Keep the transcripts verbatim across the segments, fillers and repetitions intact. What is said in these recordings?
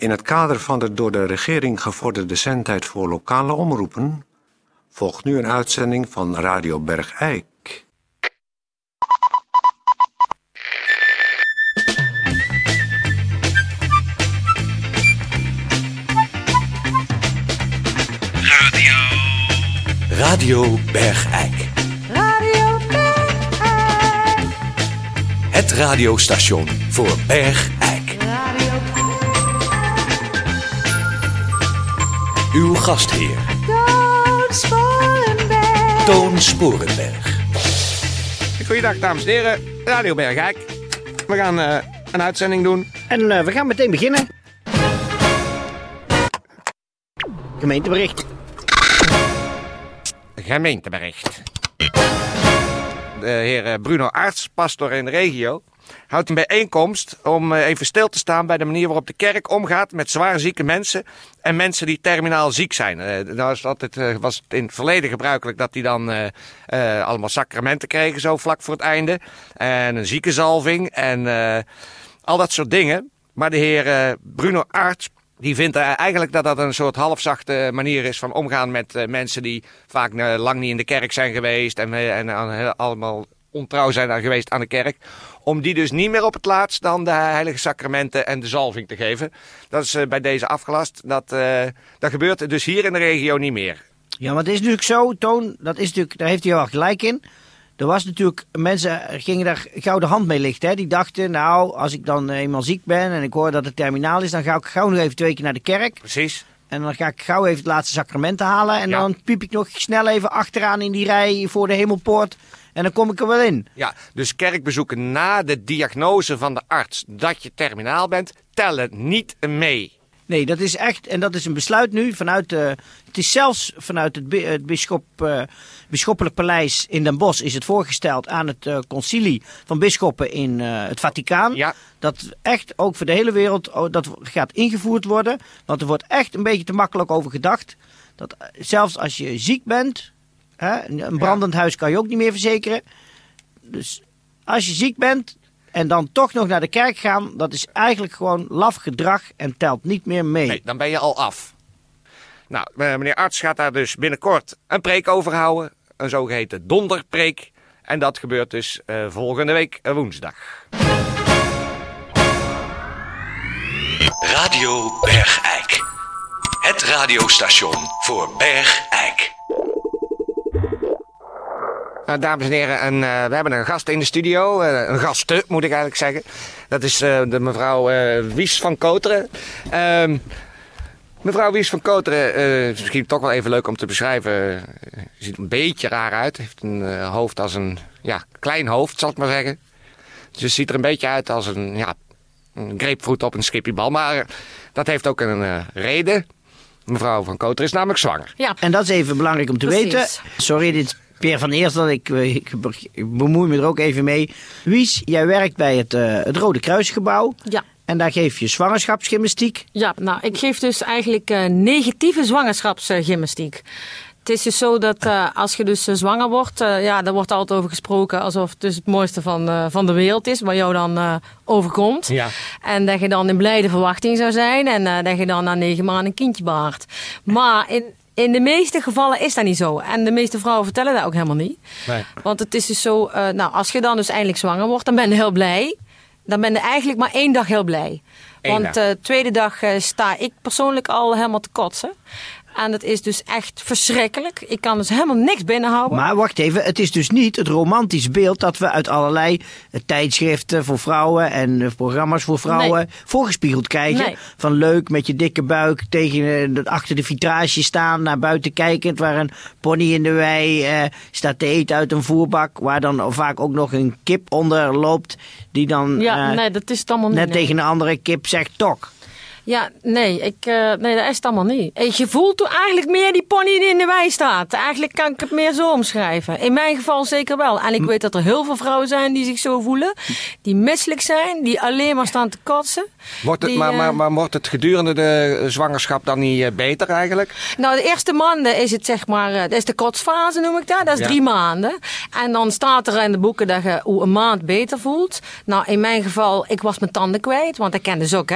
In het kader van de door de regering gevorderde zendtijd voor lokale omroepen volgt nu een uitzending van Radio Bergijk. Radio. Radio Bergijk. Radio Bergijk. Het radiostation voor Bergijk. Radio Uw gastheer. Toon Sporenberg. Toon Sporenberg. Goeiedag dames en heren, Radio Bergijk. We gaan uh, een uitzending doen. En uh, we gaan meteen beginnen. Gemeentebericht. Gemeentebericht. De heer Bruno Aerts, pastor in de regio, houdt een bijeenkomst om even stil te staan bij de manier waarop de kerk omgaat met zwaar zieke mensen en mensen die terminaal ziek zijn. Uh, nou was, altijd, uh, was het in het verleden gebruikelijk dat die dan uh, uh, allemaal sacramenten kregen zo vlak voor het einde. En een ziekenzalving en uh, al dat soort dingen. Maar de heer uh, Bruno Aerts, die vindt eigenlijk dat dat een soort halfzachte manier is van omgaan met uh, mensen die vaak uh, lang niet in de kerk zijn geweest en, uh, en uh, allemaal ontrouw zijn geweest aan de kerk. Om die dus niet meer op het laatst dan de heilige sacramenten en de zalving te geven. Dat is uh, bij deze afgelast. Dat, uh, dat gebeurt dus hier in de regio niet meer. Ja, maar het is natuurlijk zo, Toon, dat is natuurlijk, daar heeft hij wel gelijk in. Er was natuurlijk, mensen gingen daar gauw de hand mee lichten. Hè? Die dachten, nou, als ik dan eenmaal ziek ben en ik hoor dat het terminaal is, dan ga ik gauw nog even twee keer naar de kerk. Precies. En dan ga ik gauw even het laatste sacrament halen. En ja. Dan piep ik nog snel even achteraan in die rij voor de hemelpoort. En dan kom ik er wel in. Ja, dus kerkbezoeken na de diagnose van de arts dat je terminaal bent, tellen niet mee. Nee, dat is echt, en dat is een besluit nu vanuit, uh, het is zelfs vanuit het, het bischop, uh, bisschoppelijk paleis in Den Bosch is het voorgesteld aan het uh, concilie van bisschoppen in uh, het Vaticaan. Ja. Dat echt ook voor de hele wereld, oh, dat gaat ingevoerd worden. Want er wordt echt een beetje te makkelijk over gedacht. Dat uh, zelfs als je ziek bent, hè, een brandend ja. huis kan je ook niet meer verzekeren. Dus als je ziek bent en dan toch nog naar de kerk gaan, dat is eigenlijk gewoon laf gedrag en telt niet meer mee. Nee, dan ben je al af. Nou, meneer Arts gaat daar dus binnenkort een preek over houden. Een zogeheten donderpreek. En dat gebeurt dus uh, volgende week uh, woensdag. Radio Bergijk. Het radiostation voor Bergijk. Nou, dames en heren, en, uh, we hebben een gast in de studio. Uh, een gaste, moet ik eigenlijk zeggen. Dat is uh, de mevrouw uh, Wies van Koteren. Uh, mevrouw Wies van Koteren, uh, is misschien toch wel even leuk om te beschrijven. Uh, ziet er een beetje raar uit. Heeft een uh, hoofd als een ja, klein hoofd, zal ik maar zeggen. Dus het ziet er een beetje uit als een, ja, een grapefruit op een schippiebal. Maar uh, dat heeft ook een uh, reden. Mevrouw van Koteren is namelijk zwanger. Ja. En dat is even belangrijk om te Precies. weten. Sorry, dit Peer van Eersel, ik, ik, ik bemoei me er ook even mee. Wies, jij werkt bij het, uh, het Rode Kruisgebouw. Ja. En daar geef je zwangerschapsgymnastiek. Ja, nou, ik geef dus eigenlijk uh, negatieve zwangerschapsgymnastiek. Het is dus zo dat uh, als je dus uh, zwanger wordt, uh, ja, daar wordt altijd over gesproken alsof het dus het mooiste van, uh, van de wereld is, wat jou dan uh, overkomt. Ja. En dat je dan in blijde verwachting zou zijn en uh, dat je dan na negen maanden een kindje baart. Maar in... In de meeste gevallen is dat niet zo. En de meeste vrouwen vertellen dat ook helemaal niet. Nee. Want het is dus zo, uh, nou, als je dan dus eindelijk zwanger wordt, dan ben je heel blij. Dan ben je eigenlijk maar één dag heel blij. Eén Want de uh, tweede dag uh, sta ik persoonlijk al helemaal te kotsen. En dat is dus echt verschrikkelijk. Ik kan dus helemaal niks binnenhouden. Maar wacht even, het is dus niet het romantisch beeld dat we uit allerlei tijdschriften voor vrouwen en programma's voor vrouwen nee. voorgespiegeld krijgen. Nee. Van leuk met je dikke buik tegen achter de vitrage staan, naar buiten kijkend, waar een pony in de wei uh, staat te eten uit een voerbak, waar dan vaak ook nog een kip onder loopt, die dan ja, uh, nee, dat is het allemaal niet, net nee. tegen een andere kip zegt tok. Ja, nee, ik, uh, nee, dat is het allemaal niet. Je voelt toen eigenlijk meer die pony die in de wei staat. Eigenlijk kan ik het meer zo omschrijven. In mijn geval zeker wel. En ik weet dat er heel veel vrouwen zijn die zich zo voelen. Die misselijk zijn, die alleen maar staan te kotsen. Wordt het, die, maar, uh, maar, maar wordt het gedurende de zwangerschap dan niet uh, beter eigenlijk? Nou, de eerste maanden is het zeg maar, uh, dat is de kotsfase noem ik dat. Dat is ja. drie maanden. En dan staat er in de boeken dat je hoe een maand beter voelt. Nou, in mijn geval, ik was mijn tanden kwijt, want dat kende ze ook, hè.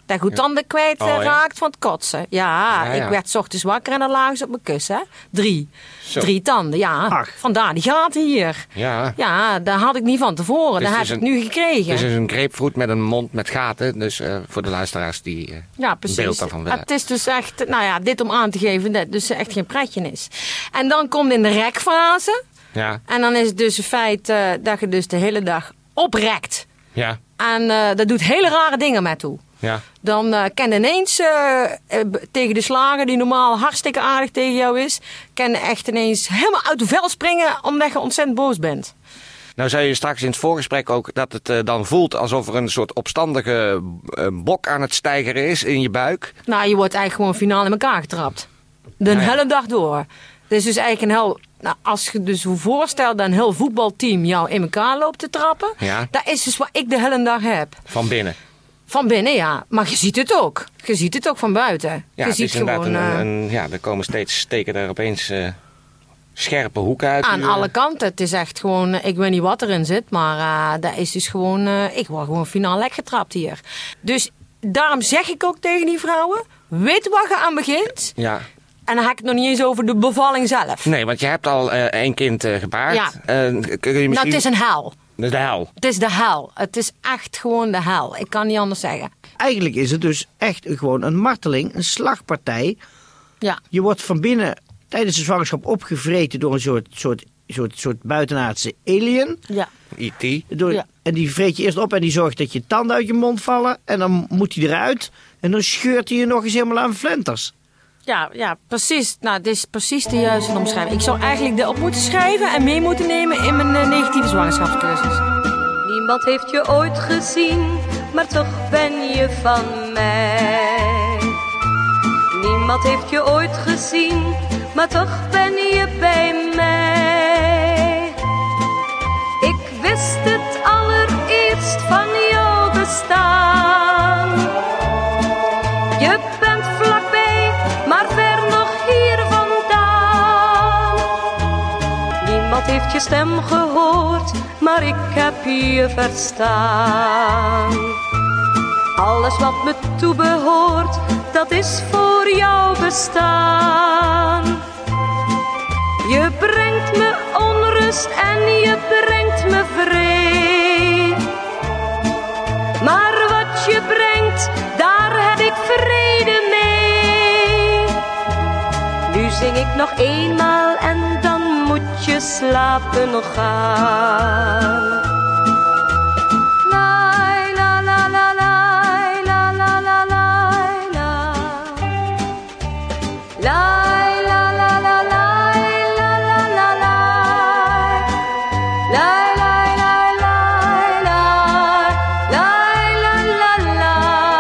Dat je tanden kwijt Oh, ja. raakt van het kotsen. Ja, Ja, ja. ik werd 's ochtends wakker en dan lagen ze op mijn kussen. Hè? Drie. Zo. Drie tanden, ja. Ach. Vandaar die gaten hier. Ja. Ja, daar had ik niet van tevoren. Dus Dat heb het is ik een- nu gekregen. Het is dus een grapefruit met een mond met gaten. Dus uh, voor de luisteraars die uh, Ja, een precies. beeld daarvan willen. Het is dus echt, nou ja, dit om aan te geven dat het dus echt geen pretje is. En dan komt in de rekfase. Ja, En dan is het dus een feit uh, dat je dus de hele dag oprekt. ja, En uh, dat doet hele rare dingen met toe. ja. Dan uh, kan ineens uh, uh, tegen de slager, die normaal hartstikke aardig tegen jou is, kan echt ineens helemaal uit de vel springen omdat je ontzettend boos bent. Nou zei je straks in het voorgesprek ook dat het uh, dan voelt alsof er een soort opstandige uh, bok aan het stijgeren is in je buik. Nou, je wordt eigenlijk gewoon finaal in elkaar getrapt. De Ja, ja. hele dag door. Dit is dus eigenlijk een heel... Nou, als je dus hoe voorstelt dat een heel voetbalteam jou in elkaar loopt te trappen. Ja. Dat is dus wat ik de hele dag heb. Van binnen. Van binnen, ja. Maar je ziet het ook. Je ziet het ook van buiten. Ja, je het ziet is inderdaad gewoon een, uh, een, ja, er komen steeds, steken er opeens uh, scherpe hoeken uit. aan die, uh, alle kanten. Het is echt gewoon... uh, ik weet niet wat erin zit. Maar uh, dat is dus gewoon... Uh, ik word gewoon finaal lek getrapt hier. Dus daarom zeg ik ook tegen die vrouwen... Weet wat je aan begint. Ja. En dan heb ik het nog niet eens over de bevalling zelf. Nee, want je hebt al uh, één kind uh, gebaard. Ja. Uh, kun je misschien... Nou, het is een hel. Dat is de hel. Het is de hel. Het is echt gewoon de hel. Ik kan niet anders zeggen. Eigenlijk is het dus echt gewoon een marteling, een slagpartij. Ja. Je wordt van binnen tijdens de zwangerschap opgevreten door een soort, soort, soort, soort buitenaardse alien. Ja. E T. Door, Ja. En die vreet je eerst op en die zorgt dat je tanden uit je mond vallen. En dan moet hij eruit. En dan scheurt hij je nog eens helemaal aan flenters. Ja, ja, precies. Nou, dit is precies de juiste omschrijving. Ik zou eigenlijk dit op moeten schrijven en mee moeten nemen in mijn uh, negatieve zwangerschapscursus. Niemand heeft je ooit gezien, maar toch ben je van mij. Niemand heeft je ooit gezien, maar toch ben je bij mij. Ik wist het allereerst van jouw bestaan. Je bent vlakbij, maar ver nog hier vandaan. Niemand heeft je stem gehoord, maar ik heb je verstaan. Alles wat me toebehoort, dat is voor jou bestaan. Je brengt me onrust en je brengt me vrede. Maar wat je brengt, daar heb ik vrede mee. Nu zing ik nog eenmaal en dan moet je slapen nog gaan. La la la la la la la la la la. La la la la la la la la la. La la la la la. La la la la.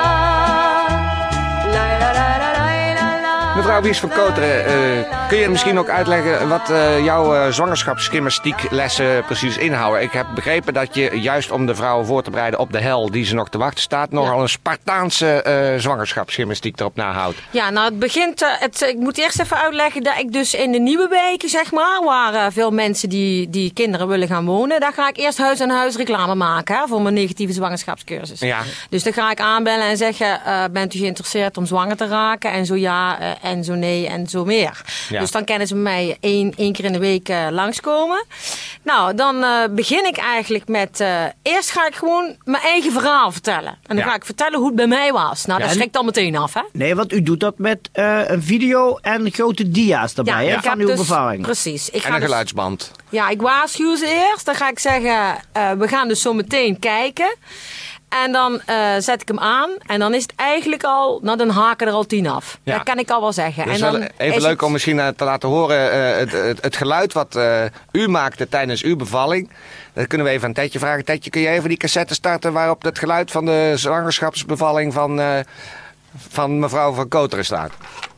La la la la la la. Mevrouw Wies van Koteren, uh, kun je misschien ook uitleggen wat uh, jouw uh, zwangerschapsgymnastieklessen precies inhouden? Ik heb begrepen dat je juist om de vrouwen voor te bereiden op de hel die ze nog te wachten staat, nogal Ja. een Spartaanse uh, zwangerschapsgymnastiek erop nahoudt. Ja, nou het begint, uh, het, ik moet eerst even uitleggen dat ik dus in de nieuwe wijken, zeg maar, waar uh, veel mensen die, die kinderen willen gaan wonen, daar ga ik eerst huis aan huis reclame maken hè, voor mijn negatieve zwangerschapscursus. Ja. Dus dan ga ik aanbellen en zeggen, uh, bent u geïnteresseerd om zwanger te raken? En zo ja, uh, en zo nee en zo meer. Ja. Dus dan kunnen ze bij mij één, één keer in de week uh, langskomen. Nou, dan uh, begin ik eigenlijk met, uh, eerst ga ik gewoon mijn eigen verhaal vertellen. En dan Ja. ga ik vertellen hoe het bij mij was. Nou, Ja, dat en- schrikt al meteen af, hè? Nee, want u doet dat met uh, een video en grote dia's erbij hè, ik van heb uw dus- bevalling. Precies. Ik En ga een dus- geluidsband. Ja, ik waarschuw ze eerst. Dan ga ik zeggen, uh, we gaan dus zo meteen kijken. En dan uh, zet ik hem aan. En dan is het eigenlijk al, nou dan haken er al tien af. Ja. Dat kan ik al wel zeggen. Het is en wel dan even is leuk het- om misschien uh, te laten horen uh, het, het, het geluid wat uh, u maakte tijdens uw bevalling. Dat kunnen we even aan Tetje vragen. Tetje, kun je even die cassette starten waarop het geluid van de zwangerschapsbevalling van, uh, van mevrouw van Koteren staat?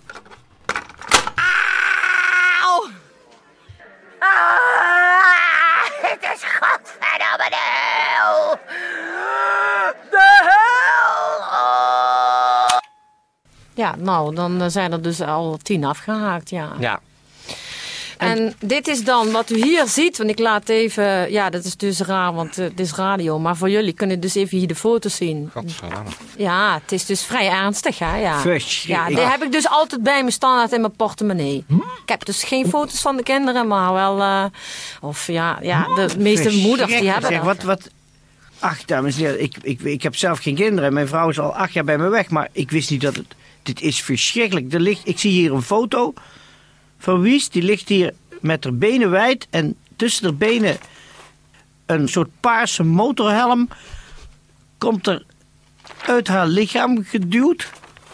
Auw! Ah, het is godverdomme de hel! De hel! Oh. Ja, nou, dan zijn er dus al tien afgehaakt, ja. Ja. En dit is dan wat u hier ziet, want ik laat even... Ja, dat is dus raar, want uh, het is radio. Maar voor jullie kunnen dus even hier de foto's zien. Godverdamme. Ja, het is dus vrij ernstig, hè? Ja, Verschrikkelijk. ja die heb ik dus altijd bij me standaard in mijn portemonnee. Hm? Ik heb dus geen foto's van de kinderen, maar wel... Uh, of ja, ja, de meeste moeders die hebben zeg, dat. wat, wat... Ach, dames en heren, ik, ik, ik heb zelf geen kinderen. Mijn vrouw is al acht jaar bij me weg, maar ik wist niet dat het... Dit is verschrikkelijk. Er ligt, ik zie hier een foto van Wies. Die ligt hier met haar benen wijd en tussen haar benen een soort paarse motorhelm komt er uit haar lichaam geduwd.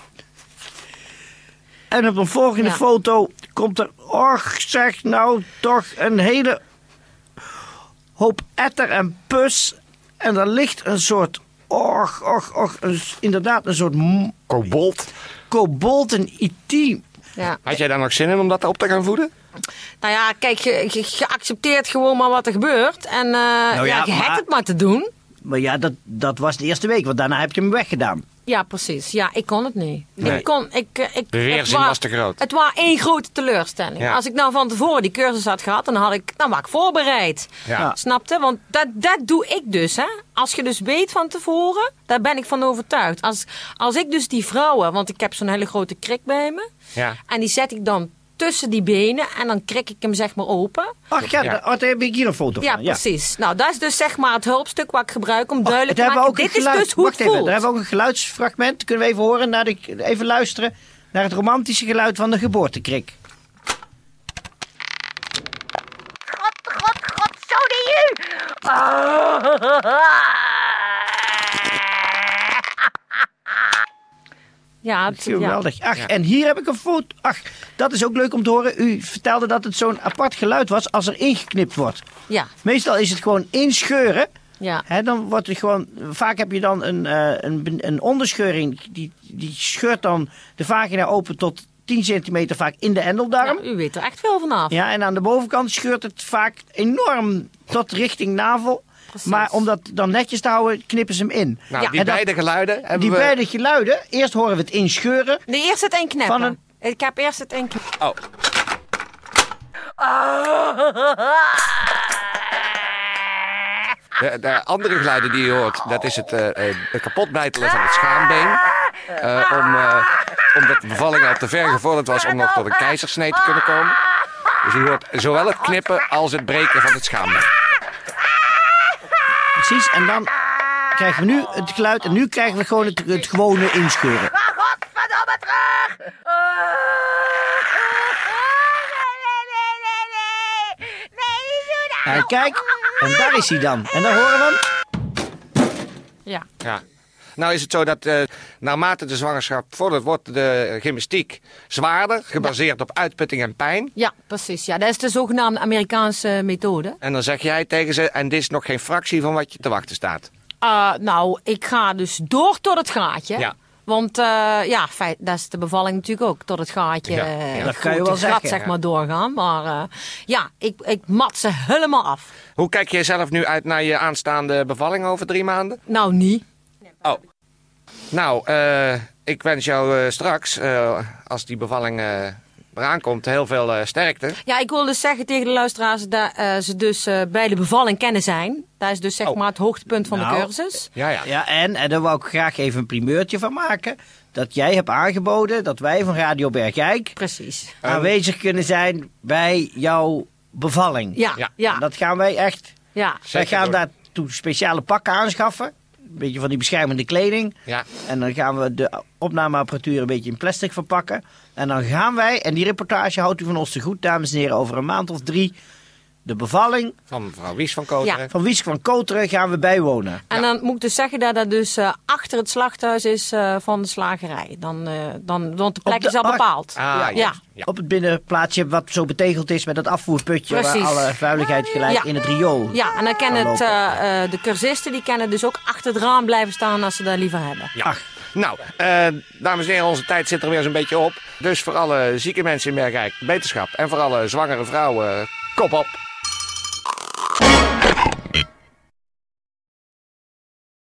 En op een volgende Ja. foto komt er, och zeg nou toch een hele hoop etter en pus. En er ligt een soort, och, och, och, een, inderdaad een soort m- Kobold. kobold, een I T. Ja. Had jij daar nog zin in om dat op te gaan voeden? Nou ja, kijk, je, je, je accepteert gewoon maar wat er gebeurt. En uh, ja, ja, je maar- hebt het maar te doen. Maar ja, dat, dat was de eerste week, want daarna heb je hem weggedaan. Ja, precies. Ja, ik kon het niet. Nee. Ik kon, ik, eh, ik, De weerzin het wa- was te groot. Het was één grote teleurstelling. Ja. Als ik nou van tevoren die cursus had gehad, dan had ik, dan was ik voorbereid. Ja. Snapte? Want dat, dat doe ik dus, hè. Als je dus weet van tevoren, daar ben ik van overtuigd. Als, als ik dus die vrouwen, want ik heb zo'n hele grote krik bij me. Ja. En die zet ik dan tussen die benen en dan krik ik hem zeg maar open. Ach ja, Ja. daar daar heb ik hier een foto Ja, van. precies. Nou, dat is dus zeg maar het hulpstuk wat ik gebruik om duidelijk te Daar hebben we maken. ook Dit een geluid. is dus hoe Wacht het even, voelt. daar hebben we ook een geluidsfragment. Kunnen we even horen, naar de, even luisteren naar het romantische geluid van de geboortekrik. God, god, god, zo die u! Ja, het, ja. Geweldig. Ach, en hier heb ik een foto. Ach, dat is ook leuk om te horen. U vertelde dat het zo'n apart geluid was als er ingeknipt wordt. Ja, Meestal is het gewoon inscheuren. ja. Hè, dan wordt het gewoon, vaak heb je dan een, eh, een, een onderscheuring. Die, die scheurt dan de vagina open tot tien centimeter vaak in de endeldarm. Ja, u weet er echt veel van af. Ja, en aan de bovenkant scheurt het vaak enorm tot richting navel. Precies. Maar om dat dan netjes te houden, knippen ze hem in. Nou, Ja. die En dat- beide geluiden hebben Die we... beide geluiden, eerst horen we het inscheuren. Nee, eerst het één knippen. Van een- Ik heb eerst het één knippen. Oh. De, de andere geluiden die je hoort, dat is het uh, uh, kapotbijtelen van het schaambeen. Uh, om, uh, omdat de bevalling al te ver gevorderd was om nog tot een keizersnee te kunnen komen. Dus je hoort zowel het knippen als het breken van het schaambeen. Precies, en dan krijgen we nu het geluid. En nu krijgen we gewoon het, het gewone inscheuren. Godverdomme terug! Nee, nee, nee, nee! Nee, niet doen dat! En kijk, en daar is hij dan. En daar horen we hem. Ja. Ja. Nou is het zo dat uh, naarmate de zwangerschap vordert, wordt de gymnastiek zwaarder, gebaseerd op uitputting en pijn. Ja, precies. Ja, dat is de zogenaamde Amerikaanse methode. En dan zeg jij tegen ze, en dit is nog geen fractie van wat je te wachten staat. Uh, nou, ik ga dus door tot het gaatje. Ja. Want uh, ja, feit, dat is de bevalling natuurlijk ook. Tot het gaatje. Ja, eh, ja. Dat kan je goed, wel het gat, zeggen, zeg ja. maar, doorgaan. Maar uh, ja, ik, ik mat ze helemaal af. Hoe kijk jij zelf nu uit naar je aanstaande bevalling over drie maanden? Nou, niet. Oh. Nou, uh, ik wens jou uh, straks, uh, als die bevalling uh, eraan komt, heel veel uh, sterkte. Ja, ik wil dus zeggen tegen de luisteraars dat uh, ze dus uh, bij de bevalling kennen zijn. Dat is dus zeg Oh. maar het hoogtepunt van Nou. de cursus. Ja, ja. Ja, en, en daar wou ik graag even een primeurtje van maken. Dat jij hebt aangeboden dat wij van Radio Bergijk Precies. aanwezig kunnen zijn bij jouw bevalling. Ja, Ja. ja, En dat gaan wij echt. ja. Wij Zeker gaan doen. daartoe speciale pakken aanschaffen. Een beetje van die beschermende kleding. Ja. En dan gaan we de opnameapparatuur een beetje in plastic verpakken. En dan gaan wij, en die reportage houdt u van ons te goed, dames en heren, over een maand of drie. De bevalling Van mevrouw Wies van Koteren. Ja. van Wiesk van Koteren gaan we bijwonen. En dan moet ik dus zeggen dat dat dus uh, achter het slachthuis is uh, van de slagerij. Dan, uh, dan, want de plek Op de is al ach- bepaald. Ah, ja. ja. Ja. Op het binnenplaatsje wat zo betegeld is met dat afvoerputje. Precies. Waar alle vuiligheid gelijk Ja. in het riool. Ja, en dan kennen Kan het, uh, uh, de cursisten die kennen dus ook achter het raam blijven staan als ze dat liever hebben. Ja. Ach. Nou, uh, dames en heren, onze tijd zit er weer zo'n beetje op. Dus voor alle zieke mensen in Bergijk, beterschap. En voor alle zwangere vrouwen, kop op.